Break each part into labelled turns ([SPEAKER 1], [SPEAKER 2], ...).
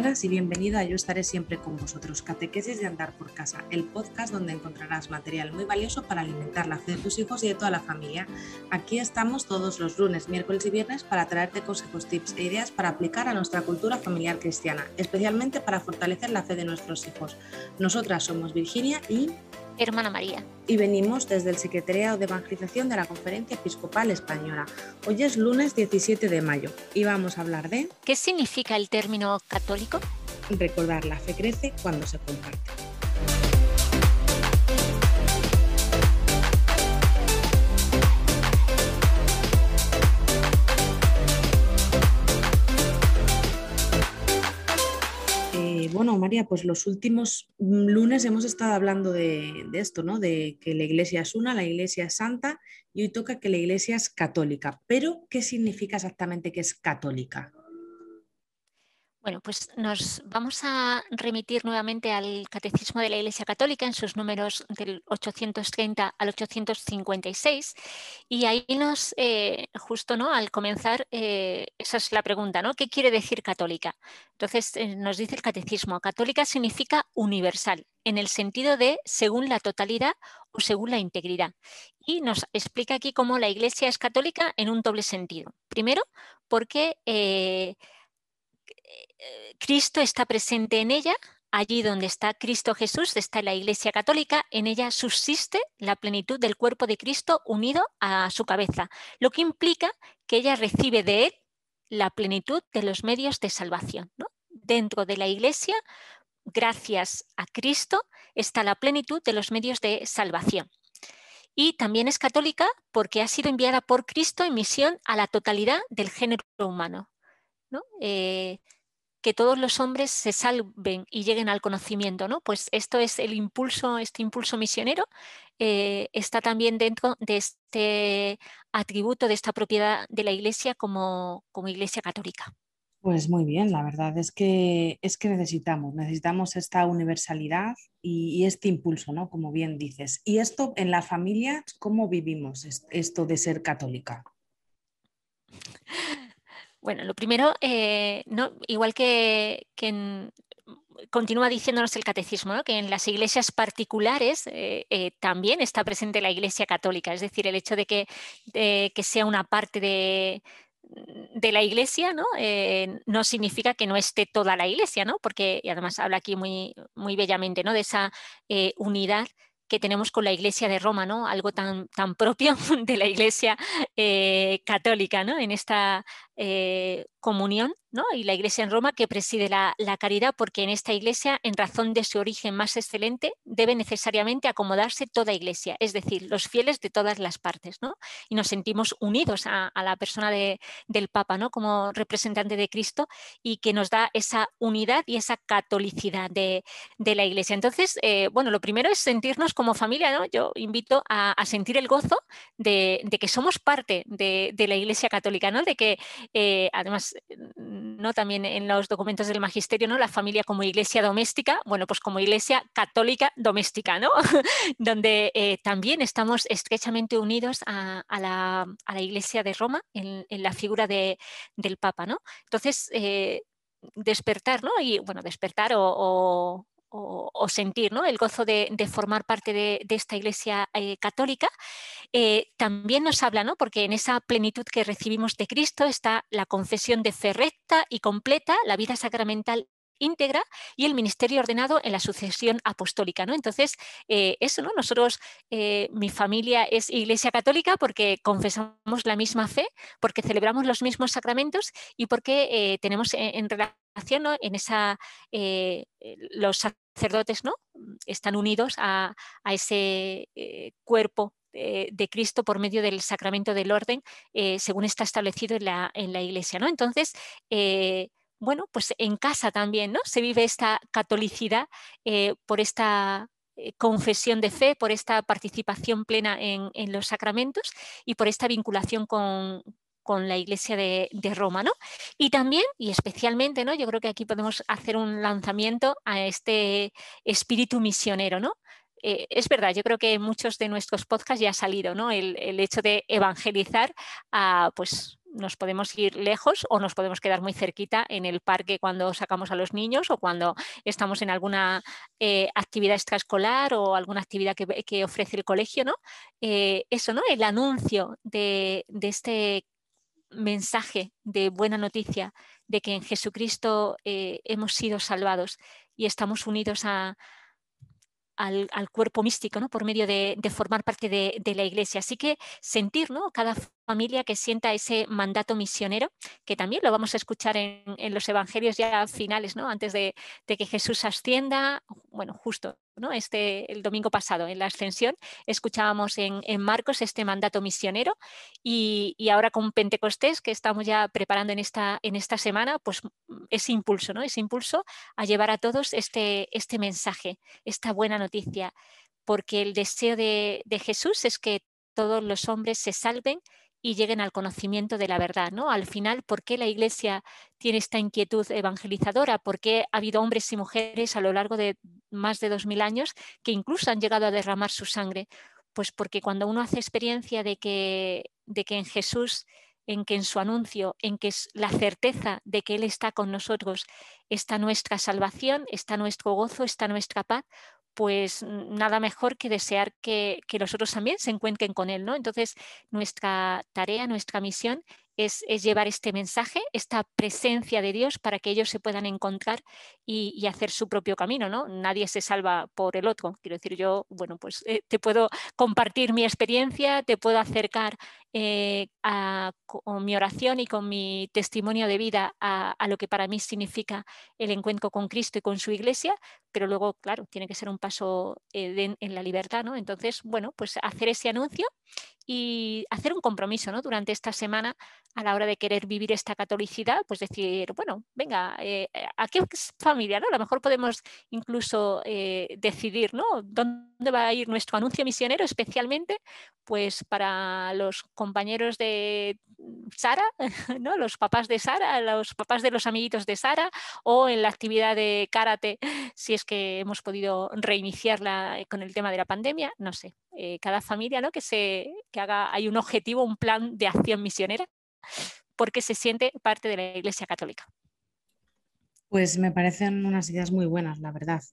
[SPEAKER 1] buenas y bienvenido a Yo estaré siempre con vosotros, Catequesis de Andar por Casa, el podcast donde encontrarás material muy valioso para alimentar la fe de tus hijos y de toda la familia. Aquí estamos todos los lunes, miércoles y viernes para traerte consejos, tips e ideas para aplicar a nuestra cultura familiar cristiana, especialmente para fortalecer la fe de nuestros hijos. Nosotras somos Virginia y
[SPEAKER 2] Hermana María.
[SPEAKER 1] Y venimos desde el Secretariado de Evangelización de la Conferencia Episcopal Española. Hoy es lunes 17 de mayo y vamos a hablar de...
[SPEAKER 2] ¿Qué significa el término católico?
[SPEAKER 1] Recordar, la fe crece cuando se comparte. Bueno, María, pues los últimos lunes hemos estado hablando de esto, ¿no? De que la Iglesia es una, la Iglesia es santa y hoy toca que la Iglesia es católica. Pero, ¿qué significa exactamente que es católica?
[SPEAKER 2] Bueno, pues nos vamos a remitir nuevamente al Catecismo de la Iglesia Católica en sus números del 830 al 856 y ahí nos, justo ¿no? Al comenzar, esa es la pregunta, ¿no? ¿Qué quiere decir católica? Entonces nos dice el Catecismo, católica significa universal, en el sentido de según la totalidad o según la integridad. Y nos explica aquí cómo la Iglesia es católica en un doble sentido. Primero, porque... Cristo está presente en ella, allí donde está Cristo Jesús, está la Iglesia Católica, en ella subsiste la plenitud del cuerpo de Cristo unido a su cabeza, lo que implica que ella recibe de él la plenitud de los medios de salvación, ¿no? Dentro de la Iglesia, gracias a Cristo, está la plenitud de los medios de salvación. Y también es católica porque ha sido enviada por Cristo en misión a la totalidad del género humano, ¿no? Que todos los hombres se salven y lleguen al conocimiento, ¿no? Pues esto es el impulso, este impulso misionero está también dentro de este atributo, de esta propiedad de la Iglesia como Iglesia católica.
[SPEAKER 1] Pues muy bien, la verdad es que necesitamos esta universalidad y este impulso, ¿no? Como bien dices. Y esto en la familia, ¿cómo vivimos esto de ser católica?
[SPEAKER 2] Bueno, lo primero, ¿no? Igual continúa diciéndonos el catecismo, ¿no? Que en las iglesias particulares también está presente la Iglesia católica, es decir, el hecho de que sea una parte de la Iglesia, ¿no? No significa que no esté toda la Iglesia, ¿no? Porque, y además habla aquí muy, muy bellamente, ¿no? De esa unidad que tenemos con la Iglesia de Roma, ¿no? Algo tan propio de la Iglesia católica, ¿no? En esta comunión, ¿no? Y la Iglesia en Roma que preside la caridad, porque en esta Iglesia, en razón de su origen más excelente, debe necesariamente acomodarse toda Iglesia, es decir, los fieles de todas las partes, ¿no? Y nos sentimos unidos a la persona del Papa, ¿no? Como representante de Cristo y que nos da esa unidad y esa catolicidad de la Iglesia. Entonces, bueno, lo primero es sentirnos como familia, ¿no? Yo invito a sentir el gozo de que somos parte de la Iglesia católica, ¿no? De que además, ¿no? También en los documentos del magisterio, ¿no? La familia como iglesia doméstica, bueno, pues como iglesia católica doméstica, ¿no? Donde también estamos estrechamente unidos a la Iglesia de Roma en la figura del Papa, ¿no? Entonces, despertar, ¿no? Y bueno, despertar o sentir, ¿no? El gozo de formar parte de esta Iglesia católica. También nos habla, ¿no? Porque en esa plenitud que recibimos de Cristo está la confesión de fe recta y completa, la vida sacramental íntegra y el ministerio ordenado en la sucesión apostólica, ¿no? Entonces, eso, ¿no? Nosotros, mi familia es Iglesia Católica porque confesamos la misma fe, porque celebramos los mismos sacramentos y porque tenemos en relación, ¿no? En esa, los sacerdotes, ¿no? Están unidos a ese cuerpo de Cristo por medio del sacramento del orden, según está establecido en la Iglesia, ¿no? Entonces, bueno, pues en casa también, ¿no? Se vive esta catolicidad por esta confesión de fe, por esta participación plena en los sacramentos y por esta vinculación con la Iglesia de Roma, ¿no? Y también, y especialmente, ¿no? Yo creo que aquí podemos hacer un lanzamiento a este espíritu misionero, ¿no? Es verdad, yo creo que en muchos de nuestros podcasts ya ha salido, ¿no? El hecho de evangelizar a, pues, nos podemos ir lejos o nos podemos quedar muy cerquita en el parque cuando sacamos a los niños o cuando estamos en alguna actividad extraescolar o alguna actividad que ofrece el colegio, ¿no? Eso, ¿no? El anuncio de este mensaje de buena noticia de que en Jesucristo hemos sido salvados y estamos unidos al cuerpo místico, ¿no? Por medio de formar parte de la iglesia. Así que sentir, ¿no? Cada familia que sienta ese mandato misionero, que también lo vamos a escuchar en los evangelios ya finales, ¿no? Antes de que Jesús ascienda, bueno, justo, ¿no? El domingo pasado en la ascensión escuchábamos en Marcos este mandato misionero y ahora con Pentecostés, que estamos ya preparando en esta semana, pues ese impulso, ¿no? Ese impulso a llevar a todos este mensaje, esta buena noticia, porque el deseo de Jesús es que todos los hombres se salven y lleguen al conocimiento de la verdad, ¿no? Al final, ¿por qué la Iglesia tiene esta inquietud evangelizadora? ¿Por qué ha habido hombres y mujeres a lo largo de más de 2000 años que incluso han llegado a derramar su sangre? Pues porque cuando uno hace experiencia de que en Jesús, en que en su anuncio, en que es la certeza de que Él está con nosotros, está nuestra salvación, está nuestro gozo, está nuestra paz, pues nada mejor que desear que los otros también se encuentren con Él, ¿no? Entonces, nuestra tarea, nuestra misión es llevar este mensaje, esta presencia de Dios para que ellos se puedan encontrar y hacer su propio camino, ¿no? Nadie se salva por el otro. Quiero decir, yo, bueno, pues te puedo compartir mi experiencia, te puedo acercar con mi oración y con mi testimonio de vida a lo que para mí significa el encuentro con Cristo y con su iglesia, pero luego, claro, tiene que ser un paso en la libertad, ¿no? Entonces, bueno, pues hacer ese anuncio y hacer un compromiso, ¿no? Durante esta semana a la hora de querer vivir esta catolicidad, pues decir, bueno, venga, ¿a qué familia, ¿no? A lo mejor podemos incluso decidir, ¿no? ¿Dónde va a ir nuestro anuncio misionero especialmente? Pues para los compañeros de Sara, ¿no? Los papás de Sara, los papás de los amiguitos de Sara, o en la actividad de karate, si es que hemos podido reiniciarla con el tema de la pandemia, no sé. Cada familia, ¿no? que haga, hay un objetivo, un plan de acción misionera, porque se siente parte de la Iglesia Católica.
[SPEAKER 1] Pues me parecen unas ideas muy buenas, la verdad.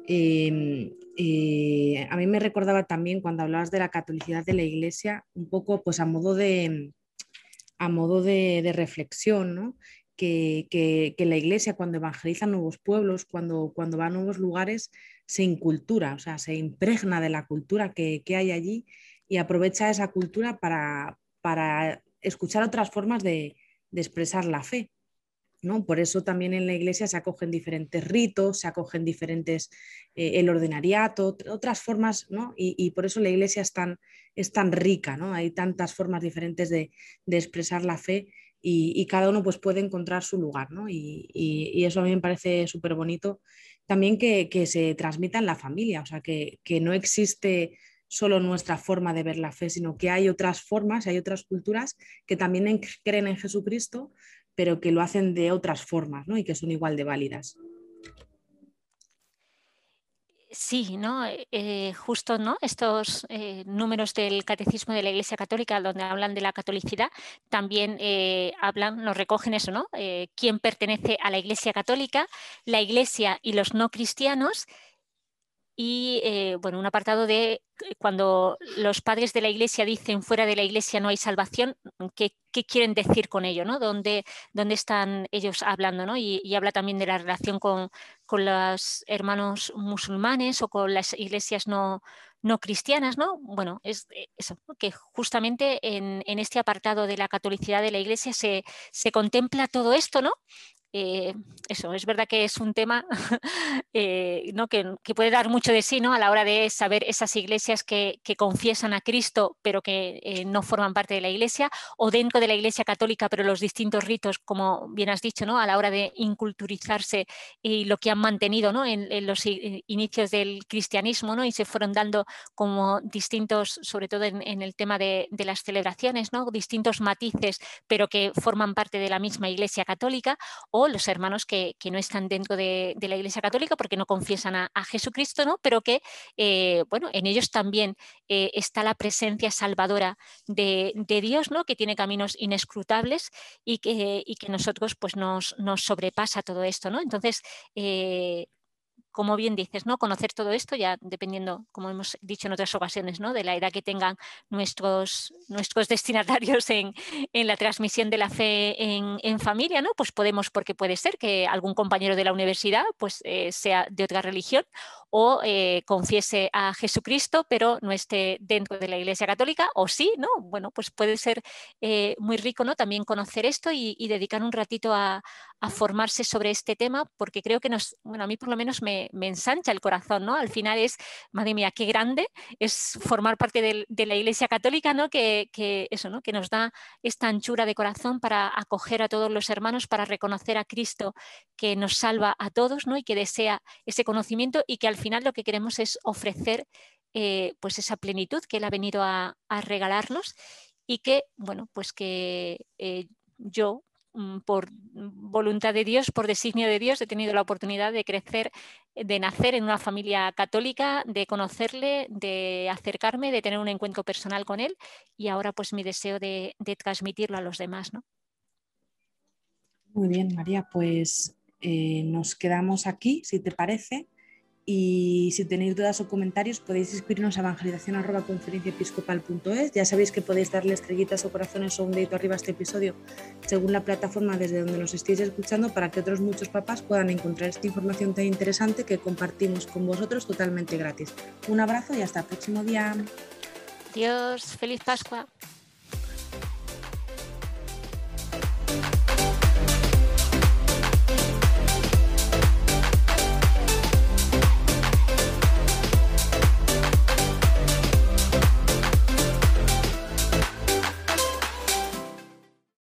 [SPEAKER 1] A mí me recordaba también cuando hablabas de la catolicidad de la Iglesia, un poco pues a modo de reflexión, ¿no? Que la Iglesia cuando evangeliza nuevos pueblos, cuando va a nuevos lugares, se incultura, o sea, se impregna de la cultura que hay allí y aprovecha esa cultura para escuchar otras formas de expresar la fe. ¿No? Por eso también en la iglesia se acogen diferentes ritos, se acogen diferentes, el ordinariato, otras formas, ¿no? Y por eso la iglesia es tan rica, ¿no? Hay tantas formas diferentes de expresar la fe y cada uno pues, puede encontrar su lugar, ¿no? Y eso a mí me parece súper bonito. También que se transmita en la familia, o sea, que no existe solo nuestra forma de ver la fe, sino que hay otras formas, hay otras culturas que también creen en Jesucristo pero que lo hacen de otras formas, ¿no? Y que son igual de válidas.
[SPEAKER 2] Sí, ¿no? Justo, ¿no? Estos números del Catecismo de la Iglesia Católica, donde hablan de la catolicidad, también nos recogen eso, ¿no? ¿Quién pertenece a la Iglesia Católica, la Iglesia y los no cristianos? Y bueno, un apartado de cuando los padres de la Iglesia dicen fuera de la Iglesia no hay salvación, ¿qué quieren decir con ello? ¿No? ¿Dónde están ellos hablando? ¿No? Y habla también de la relación con los hermanos musulmanes o con las iglesias no cristianas, ¿no? Bueno, es eso, ¿no? Que justamente en este apartado de la catolicidad de la Iglesia se contempla todo esto, ¿no? Eso, es verdad que es un tema ¿no? que puede dar mucho de sí, ¿no? A la hora de saber esas iglesias que confiesan a Cristo pero que no forman parte de la iglesia, o dentro de la iglesia católica pero los distintos ritos, como bien has dicho, ¿no? A la hora de inculturizarse y lo que han mantenido, ¿no? en los inicios del cristianismo, ¿no? Y se fueron dando como distintos, sobre todo en el tema de las celebraciones, ¿no? Distintos matices pero que forman parte de la misma iglesia católica, o los hermanos que no están dentro de la Iglesia Católica porque no confiesan a Jesucristo, ¿no? Pero que bueno, en ellos también está la presencia salvadora de Dios, ¿no? Que tiene caminos inescrutables y que nosotros pues nos sobrepasa todo esto, ¿no? Entonces, como bien dices, ¿no? Conocer todo esto, ya dependiendo, como hemos dicho en otras ocasiones, ¿no? De la edad que tengan nuestros destinatarios en la transmisión de la fe en familia, ¿no? Pues podemos, porque puede ser que algún compañero de la universidad pues, sea de otra religión o confiese a Jesucristo, pero no esté dentro de la Iglesia Católica, o sí, ¿no? Bueno, pues puede ser muy rico, ¿no? También conocer esto y dedicar un ratito a formarse sobre este tema, porque creo que bueno, a mí por lo menos me ensancha el corazón, ¿no? Al final es, madre mía, qué grande es formar parte de la Iglesia Católica, ¿no? Que eso, ¿no? Que nos da esta anchura de corazón para acoger a todos los hermanos, para reconocer a Cristo que nos salva a todos, ¿no? Y que desea ese conocimiento y que al final lo que queremos es ofrecer pues esa plenitud que Él ha venido a regalarnos y que, bueno, pues que yo por voluntad de Dios, por designio de Dios, he tenido la oportunidad de crecer, de nacer en una familia católica, de conocerle, de acercarme, de tener un encuentro personal con él y ahora pues mi deseo de transmitirlo a los demás, ¿no?
[SPEAKER 1] Muy bien, María, pues nos quedamos aquí, si te parece. Y si tenéis dudas o comentarios podéis escribirnos a evangelización@conferenciaepiscopal.es. Ya sabéis que podéis darle estrellitas o corazones o un dedito arriba a este episodio según la plataforma desde donde nos estéis escuchando para que otros muchos papás puedan encontrar esta información tan interesante que compartimos con vosotros totalmente gratis. Un abrazo y hasta el próximo día.
[SPEAKER 2] Adiós, feliz Pascua.